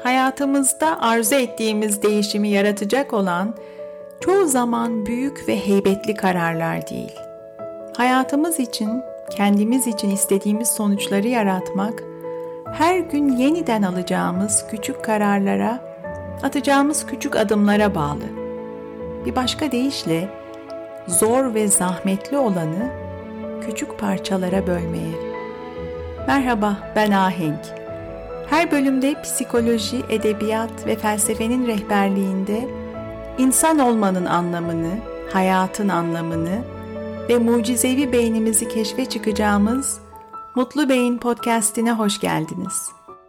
Hayatımızda arzu ettiğimiz değişimi yaratacak olan çoğu zaman büyük ve heybetli kararlar değil. Hayatımız için, kendimiz için istediğimiz sonuçları yaratmak, her gün yeniden alacağımız küçük kararlara, atacağımız küçük adımlara bağlı. Bir başka deyişle, zor ve zahmetli olanı küçük parçalara bölmeye. Merhaba, ben Ahenk. Her bölümde psikoloji, edebiyat ve felsefenin rehberliğinde insan olmanın anlamını, hayatın anlamını ve mucizevi beynimizi keşfe çıkacağımız Mutlu Beyin Podcast'ine hoş geldiniz.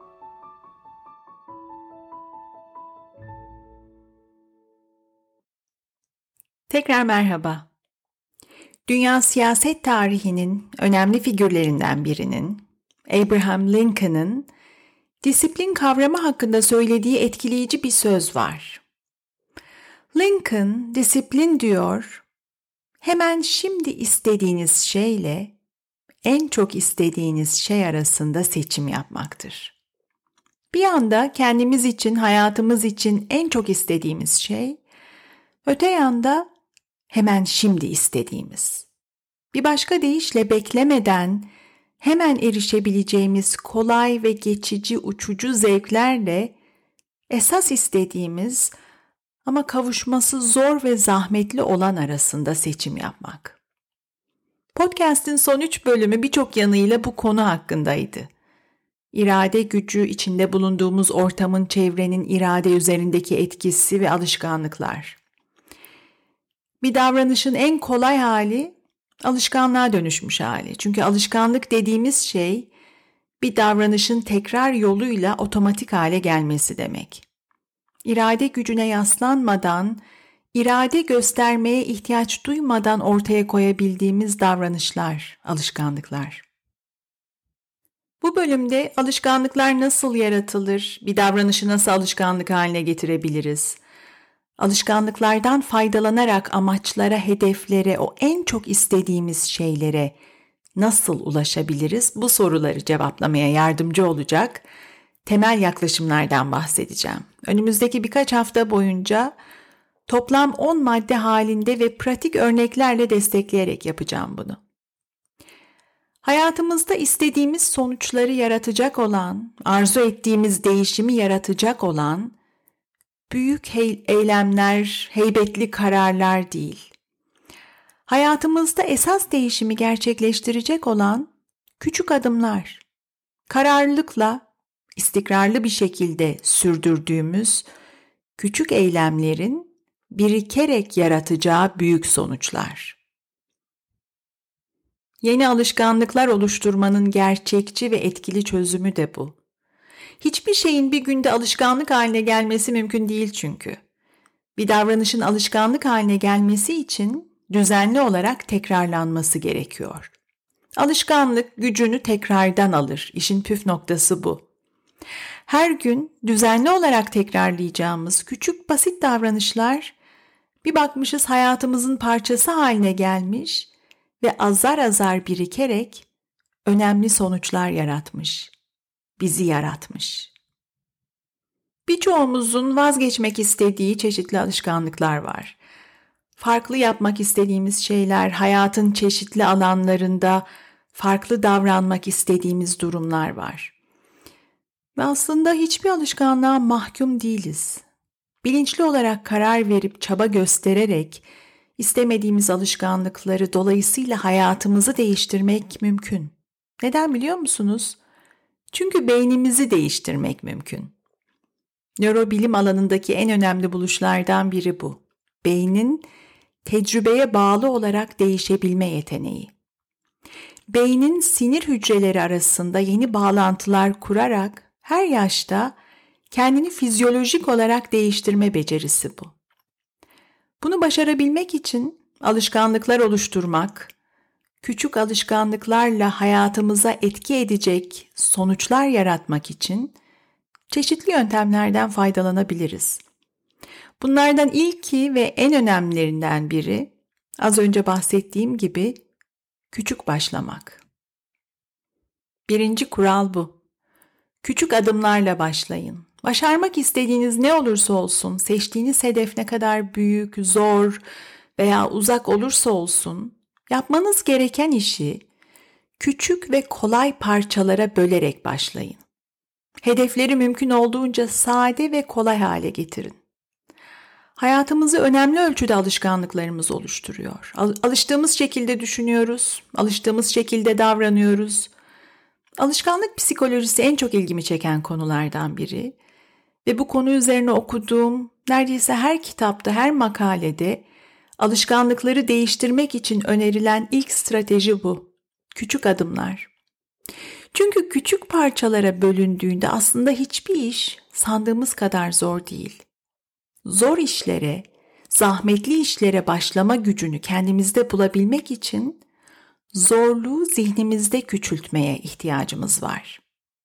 Tekrar merhaba. Dünya siyaset tarihinin önemli figürlerinden birinin, Abraham Lincoln'ın disiplin kavramı hakkında söylediği etkileyici bir söz var. Lincoln, disiplin diyor, hemen şimdi istediğiniz şeyle en çok istediğiniz şey arasında seçim yapmaktır. Bir yanda kendimiz için, hayatımız için en çok istediğimiz şey, öte yanda hemen şimdi istediğimiz. Bir başka deyişle beklemeden hemen erişebileceğimiz kolay ve geçici uçucu zevklerle esas istediğimiz ama kavuşması zor ve zahmetli olan arasında seçim yapmak. Podcast'in son 3 bölümü birçok yanıyla bu konu hakkındaydı. İrade gücü, içinde bulunduğumuz ortamın, çevrenin irade üzerindeki etkisi ve alışkanlıklar. Bir davranışın en kolay hali alışkanlığa dönüşmüş hali. Çünkü alışkanlık dediğimiz şey bir davranışın tekrar yoluyla otomatik hale gelmesi demek. İrade gücüne yaslanmadan, irade göstermeye ihtiyaç duymadan ortaya koyabildiğimiz davranışlar, alışkanlıklar. Bu bölümde alışkanlıklar nasıl yaratılır, bir davranışı nasıl alışkanlık haline getirebiliriz? Alışkanlıklardan faydalanarak amaçlara, hedeflere, o en çok istediğimiz şeylere nasıl ulaşabiliriz? Bu soruları cevaplamaya yardımcı olacak temel yaklaşımlardan bahsedeceğim. Önümüzdeki birkaç hafta boyunca toplam 10 madde halinde ve pratik örneklerle destekleyerek yapacağım bunu. Hayatımızda istediğimiz sonuçları yaratacak olan, arzu ettiğimiz değişimi yaratacak olan büyük eylemler, heybetli kararlar değil. Hayatımızda esas değişimi gerçekleştirecek olan küçük adımlar, kararlılıkla, istikrarlı bir şekilde sürdürdüğümüz küçük eylemlerin birikerek yaratacağı büyük sonuçlar. Yeni alışkanlıklar oluşturmanın gerçekçi ve etkili çözümü de bu. Hiçbir şeyin bir günde alışkanlık haline gelmesi mümkün değil çünkü. Bir davranışın alışkanlık haline gelmesi için düzenli olarak tekrarlanması gerekiyor. Alışkanlık gücünü tekrardan alır. İşin püf noktası bu. Her gün düzenli olarak tekrarlayacağımız küçük basit davranışlar bir bakmışız hayatımızın parçası haline gelmiş ve azar azar birikerek önemli sonuçlar yaratmış. Bizi yaratmış. Birçoğumuzun vazgeçmek istediği çeşitli alışkanlıklar var. Farklı yapmak istediğimiz şeyler, hayatın çeşitli alanlarında farklı davranmak istediğimiz durumlar var. Ve aslında hiçbir alışkanlığa mahkum değiliz. Bilinçli olarak karar verip çaba göstererek istemediğimiz alışkanlıkları dolayısıyla hayatımızı değiştirmek mümkün. Neden biliyor musunuz? Çünkü beynimizi değiştirmek mümkün. Nörobilim alanındaki en önemli buluşlardan biri bu. Beynin tecrübeye bağlı olarak değişebilme yeteneği. Beynin sinir hücreleri arasında yeni bağlantılar kurarak her yaşta kendini fizyolojik olarak değiştirme becerisi bu. Bunu başarabilmek için alışkanlıklar oluşturmak, küçük alışkanlıklarla hayatımıza etki edecek sonuçlar yaratmak için çeşitli yöntemlerden faydalanabiliriz. Bunlardan ilki ve en önemlilerinden biri, az önce bahsettiğim gibi küçük başlamak. Birinci kural bu. Küçük adımlarla başlayın. Başarmak istediğiniz ne olursa olsun, seçtiğiniz hedef ne kadar büyük, zor veya uzak olursa olsun, yapmanız gereken işi küçük ve kolay parçalara bölerek başlayın. Hedefleri mümkün olduğunca sade ve kolay hale getirin. Hayatımızı önemli ölçüde alışkanlıklarımız oluşturuyor. Alıştığımız şekilde düşünüyoruz, alıştığımız şekilde davranıyoruz. Alışkanlık psikolojisi en çok ilgimi çeken konulardan biri ve bu konu üzerine okuduğum neredeyse her kitapta, her makalede alışkanlıkları değiştirmek için önerilen ilk strateji bu. Küçük adımlar. Çünkü küçük parçalara bölündüğünde aslında hiçbir iş sandığımız kadar zor değil. Zor işlere, zahmetli işlere başlama gücünü kendimizde bulabilmek için zorluğu zihnimizde küçültmeye ihtiyacımız var.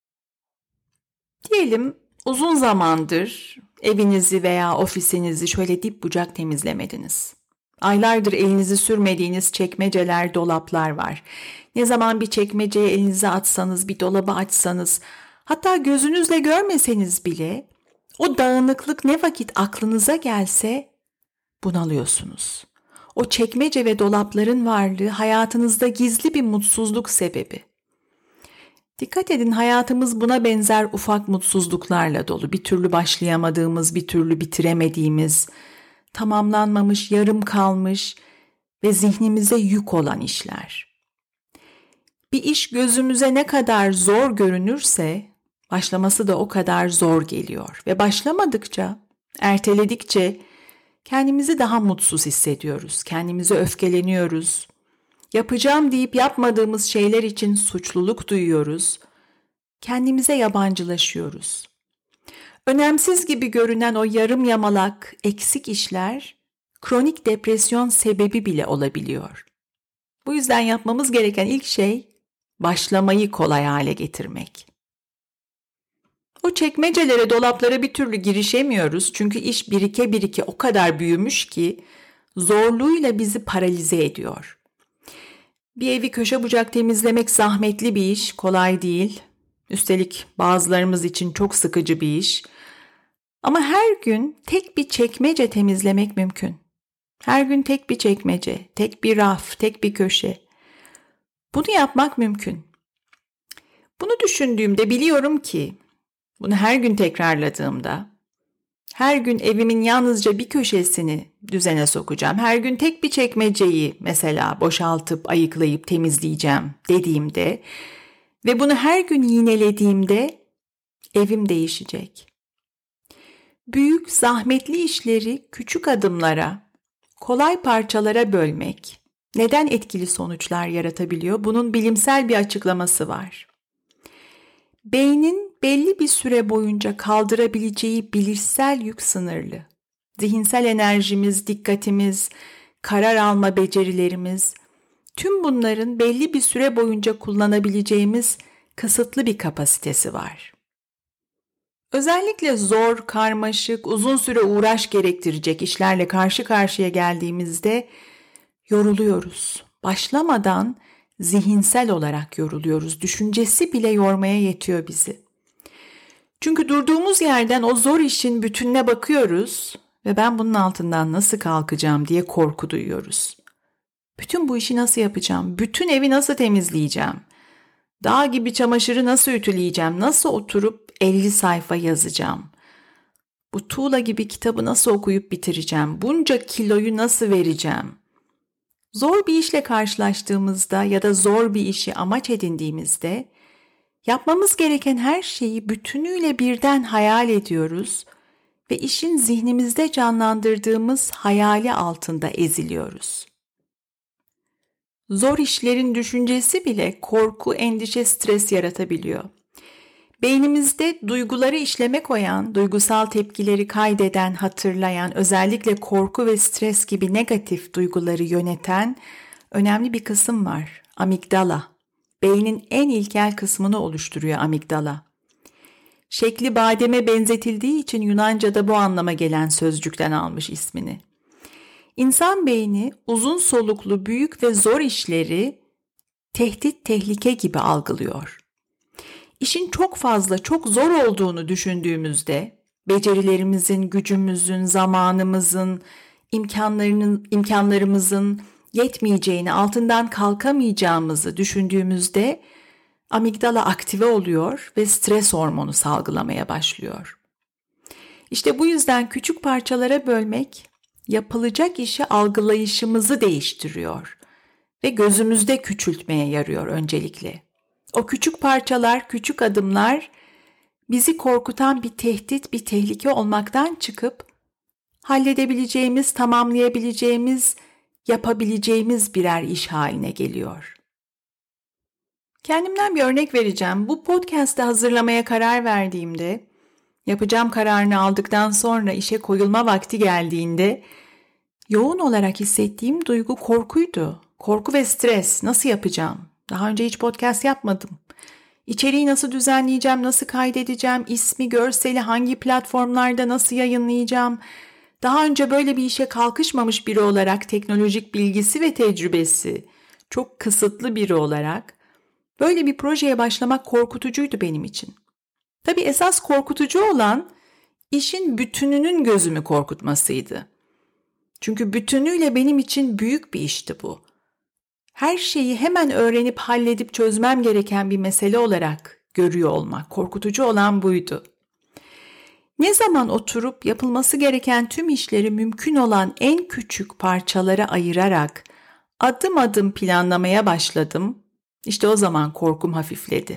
Diyelim uzun zamandır evinizi veya ofisinizi şöyle dip bucak temizlemediniz. Aylardır elinizi sürmediğiniz çekmeceler, dolaplar var. Ne zaman bir çekmeceye elinizi atsanız, bir dolabı açsanız, hatta gözünüzle görmeseniz bile o dağınıklık ne vakit aklınıza gelse bunalıyorsunuz. O çekmece ve dolapların varlığı hayatınızda gizli bir mutsuzluk sebebi. Dikkat edin, hayatımız buna benzer ufak mutsuzluklarla dolu. Bir türlü başlayamadığımız, bir türlü bitiremediğimiz, tamamlanmamış, yarım kalmış ve zihnimize yük olan işler. Bir iş gözümüze ne kadar zor görünürse başlaması da o kadar zor geliyor ve başlamadıkça, erteledikçe kendimizi daha mutsuz hissediyoruz, kendimize öfkeleniyoruz. Yapacağım deyip yapmadığımız şeyler için suçluluk duyuyoruz, kendimize yabancılaşıyoruz. Önemsiz gibi görünen o yarım yamalak, eksik işler kronik depresyon sebebi bile olabiliyor. Bu yüzden yapmamız gereken ilk şey başlamayı kolay hale getirmek. O çekmecelere, dolaplara bir türlü girişemiyoruz çünkü iş birike birike o kadar büyümüş ki zorluğuyla bizi paralize ediyor. Bir evi köşe bucak temizlemek zahmetli bir iş, kolay değil. Üstelik bazılarımız için çok sıkıcı bir iş. Ama her gün tek bir çekmece temizlemek mümkün. Her gün tek bir çekmece, tek bir raf, tek bir köşe. Bunu yapmak mümkün. Bunu düşündüğümde biliyorum ki, bunu her gün tekrarladığımda, her gün evimin yalnızca bir köşesini düzene sokacağım. Her gün tek bir çekmeceyi mesela boşaltıp, ayıklayıp temizleyeceğim dediğimde ve bunu her gün yinelediğimde evim değişecek. Büyük, zahmetli işleri küçük adımlara, kolay parçalara bölmek neden etkili sonuçlar yaratabiliyor? Bunun bilimsel bir açıklaması var. Beynin belli bir süre boyunca kaldırabileceği bilişsel yük sınırlı. Zihinsel enerjimiz, dikkatimiz, karar alma becerilerimiz, tüm bunların belli bir süre boyunca kullanabileceğimiz kısıtlı bir kapasitesi var. Özellikle zor, karmaşık, uzun süre uğraş gerektirecek işlerle karşı karşıya geldiğimizde yoruluyoruz. Başlamadan zihinsel olarak yoruluyoruz. Düşüncesi bile yormaya yetiyor bizi. Çünkü durduğumuz yerden o zor işin bütününe bakıyoruz ve ben bunun altından nasıl kalkacağım diye korku duyuyoruz. Bütün bu işi nasıl yapacağım? Bütün evi nasıl temizleyeceğim? Dağ gibi çamaşırı nasıl ütüleyeceğim? Nasıl oturup 50 sayfa yazacağım? Bu tuğla gibi kitabı nasıl okuyup bitireceğim? Bunca kiloyu nasıl vereceğim? Zor bir işle karşılaştığımızda ya da zor bir işi amaç edindiğimizde yapmamız gereken her şeyi bütünüyle birden hayal ediyoruz ve işin zihnimizde canlandırdığımız hayali altında eziliyoruz. Zor işlerin düşüncesi bile korku, endişe, stres yaratabiliyor. Beynimizde duyguları işleme koyan, duygusal tepkileri kaydeden, hatırlayan, özellikle korku ve stres gibi negatif duyguları yöneten önemli bir kısım var. Amigdala. Beynin en ilkel kısmını oluşturuyor amigdala. Şekli bademe benzetildiği için Yunanca'da bu anlama gelen sözcükten almış ismini. İnsan beyni uzun soluklu, büyük ve zor işleri tehdit, tehlike gibi algılıyor. İşin çok fazla, çok zor olduğunu düşündüğümüzde, becerilerimizin, gücümüzün, zamanımızın, imkanlarımızın yetmeyeceğini, altından kalkamayacağımızı düşündüğümüzde amigdala aktive oluyor ve stres hormonu salgılamaya başlıyor. İşte bu yüzden küçük parçalara bölmek yapılacak işi algılayışımızı değiştiriyor ve gözümüzde küçültmeye yarıyor öncelikle. O küçük parçalar, küçük adımlar bizi korkutan bir tehdit, bir tehlike olmaktan çıkıp halledebileceğimiz, tamamlayabileceğimiz, yapabileceğimiz birer iş haline geliyor. Kendimden bir örnek vereceğim. Bu podcast'ı hazırlamaya karar verdiğimde, yapacağım kararını aldıktan sonra işe koyulma vakti geldiğinde yoğun olarak hissettiğim duygu korkuydu. Korku ve stres. Nasıl yapacağım? Daha önce hiç podcast yapmadım. İçeriği nasıl düzenleyeceğim, nasıl kaydedeceğim, ismi, görseli hangi platformlarda nasıl yayınlayacağım? Daha önce böyle bir işe kalkışmamış biri olarak teknolojik bilgisi ve tecrübesi çok kısıtlı biri olarak böyle bir projeye başlamak korkutucuydu benim için. Tabii esas korkutucu olan işin bütününün gözümü korkutmasıydı. Çünkü bütünüyle benim için büyük bir işti bu. Her şeyi hemen öğrenip halledip çözmem gereken bir mesele olarak görüyor olmak, korkutucu olan buydu. Ne zaman oturup yapılması gereken tüm işleri mümkün olan en küçük parçalara ayırarak adım adım planlamaya başladım, işte o zaman korkum hafifledi.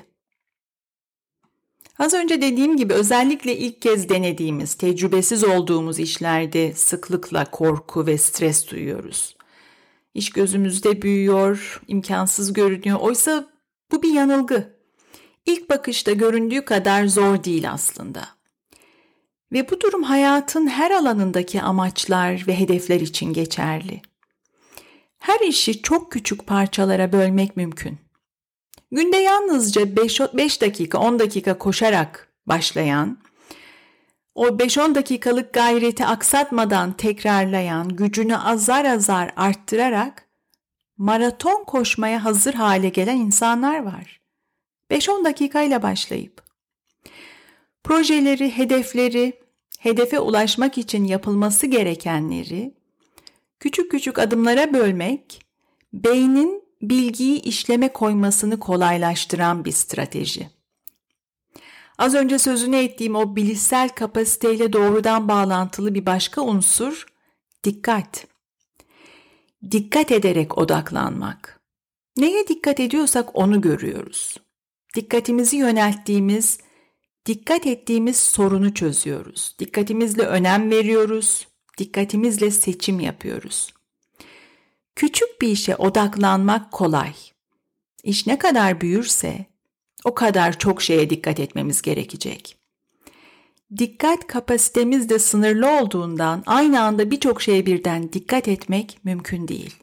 Az önce dediğim gibi özellikle ilk kez denediğimiz, tecrübesiz olduğumuz işlerde sıklıkla korku ve stres duyuyoruz. İş gözümüzde büyüyor, imkansız görünüyor. Oysa bu bir yanılgı. İlk bakışta göründüğü kadar zor değil aslında. Ve bu durum hayatın her alanındaki amaçlar ve hedefler için geçerli. Her işi çok küçük parçalara bölmek mümkün. Günde yalnızca 5 dakika, 10 dakika koşarak başlayan, o 5-10 dakikalık gayreti aksatmadan tekrarlayan, gücünü azar azar arttırarak maraton koşmaya hazır hale gelen insanlar var. 5-10 dakikayla başlayıp projeleri, hedefleri, hedefe ulaşmak için yapılması gerekenleri küçük küçük adımlara bölmek, beynin bilgiyi işleme koymasını kolaylaştıran bir strateji. Az önce sözünü ettiğim o bilişsel kapasiteyle doğrudan bağlantılı bir başka unsur dikkat. Dikkat ederek odaklanmak. Neye dikkat ediyorsak onu görüyoruz. Dikkatimizi yönelttiğimiz, dikkat ettiğimiz sorunu çözüyoruz. Dikkatimizle önem veriyoruz, dikkatimizle seçim yapıyoruz. Küçük bir işe odaklanmak kolay. İş ne kadar büyürse o kadar çok şeye dikkat etmemiz gerekecek. Dikkat kapasitemiz de sınırlı olduğundan aynı anda birçok şeye birden dikkat etmek mümkün değil.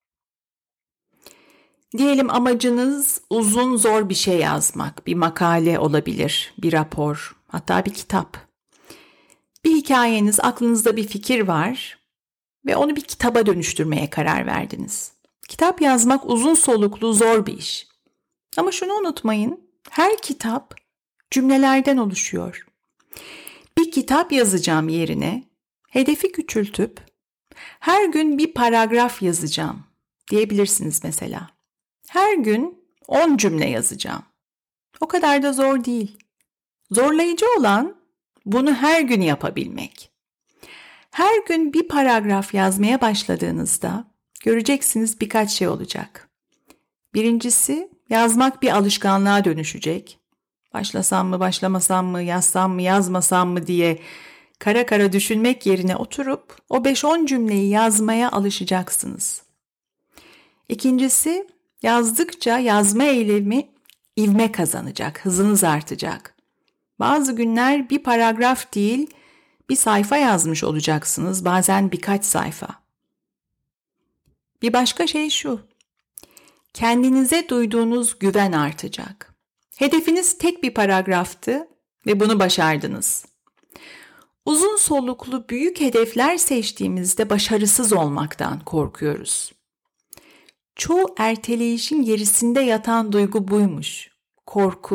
Diyelim amacınız uzun zor bir şey yazmak, bir makale olabilir, bir rapor, hatta bir kitap. Bir hikayeniz, aklınızda bir fikir var ve onu bir kitaba dönüştürmeye karar verdiniz. Kitap yazmak uzun soluklu zor bir iş. Ama şunu unutmayın, her kitap cümlelerden oluşuyor. Bir kitap yazacağım yerine hedefi küçültüp her gün bir paragraf yazacağım diyebilirsiniz mesela. Her gün 10 cümle yazacağım. O kadar da zor değil. Zorlayıcı olan bunu her gün yapabilmek. Her gün bir paragraf yazmaya başladığınızda göreceksiniz birkaç şey olacak. Birincisi, yazmak bir alışkanlığa dönüşecek. Başlasam mı, başlamasam mı, yazsam mı, yazmasam mı diye kara kara düşünmek yerine oturup o 5-10 cümleyi yazmaya alışacaksınız. İkincisi, yazdıkça yazma eylemi ivme kazanacak, hızınız artacak. Bazı günler bir paragraf değil, bir sayfa yazmış olacaksınız, bazen birkaç sayfa. Bir başka şey şu, kendinize duyduğunuz güven artacak. Hedefiniz tek bir paragraftı ve bunu başardınız. Uzun soluklu büyük hedefler seçtiğimizde başarısız olmaktan korkuyoruz. Çoğu erteleyişin gerisinde yatan duygu buymuş, korku.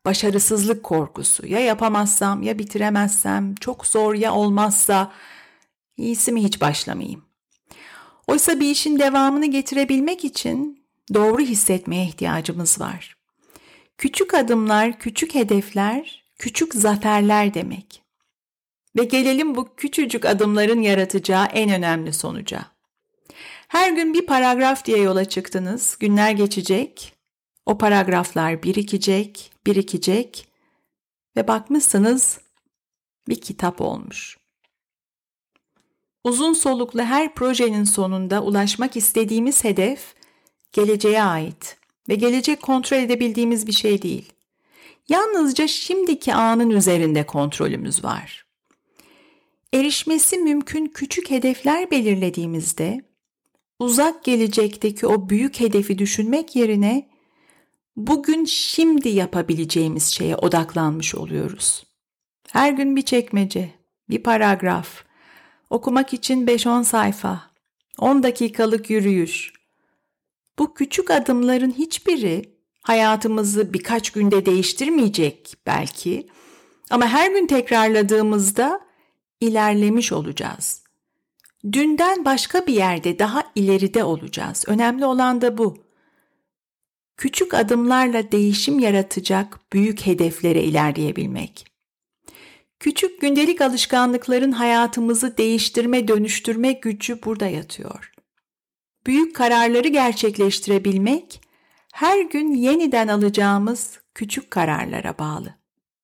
başarısızlık korkusu. Ya yapamazsam, ya bitiremezsem, çok zor ya olmazsa, iyisi mi hiç başlamayayım. Oysa bir işin devamını getirebilmek için doğru hissetmeye ihtiyacımız var. Küçük adımlar, küçük hedefler, küçük zaferler demek. Ve gelelim bu küçücük adımların yaratacağı en önemli sonuca. Her gün bir paragraf diye yola çıktınız, günler geçecek, o paragraflar birikecek ve bakmışsınız bir kitap olmuş. Uzun soluklu her projenin sonunda ulaşmak istediğimiz hedef geleceğe ait ve gelecek kontrol edebildiğimiz bir şey değil. Yalnızca şimdiki anın üzerinde kontrolümüz var. Erişmesi mümkün küçük hedefler belirlediğimizde uzak gelecekteki o büyük hedefi düşünmek yerine bugün şimdi yapabileceğimiz şeye odaklanmış oluyoruz. Her gün bir çekmece, bir paragraf, okumak için 5-10 sayfa, 10 dakikalık yürüyüş. Bu küçük adımların hiçbiri hayatımızı birkaç günde değiştirmeyecek belki ama her gün tekrarladığımızda ilerlemiş olacağız. Dünden başka bir yerde daha ileride olacağız. Önemli olan da bu. Küçük adımlarla değişim yaratacak büyük hedeflere ilerleyebilmek. Küçük gündelik alışkanlıkların hayatımızı değiştirme, dönüştürme gücü burada yatıyor. Büyük kararları gerçekleştirebilmek, her gün yeniden alacağımız küçük kararlara bağlı.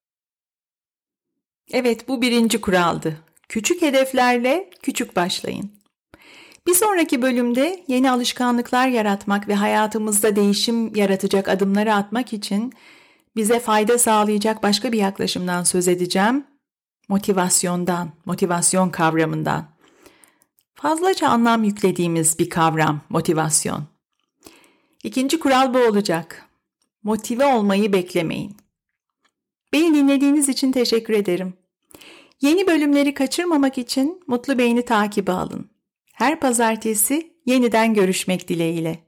Evet, bu birinci kuraldı. Küçük hedeflerle küçük başlayın. Bir sonraki bölümde yeni alışkanlıklar yaratmak ve hayatımızda değişim yaratacak adımları atmak için bize fayda sağlayacak başka bir yaklaşımdan söz edeceğim. Motivasyondan, motivasyon kavramından. Fazlaca anlam yüklediğimiz bir kavram, motivasyon. İkinci kural bu olacak. Motive olmayı beklemeyin. Beni dinlediğiniz için teşekkür ederim. Yeni bölümleri kaçırmamak için Mutlu Beyni takibe alın. Her pazartesi yeniden görüşmek dileğiyle.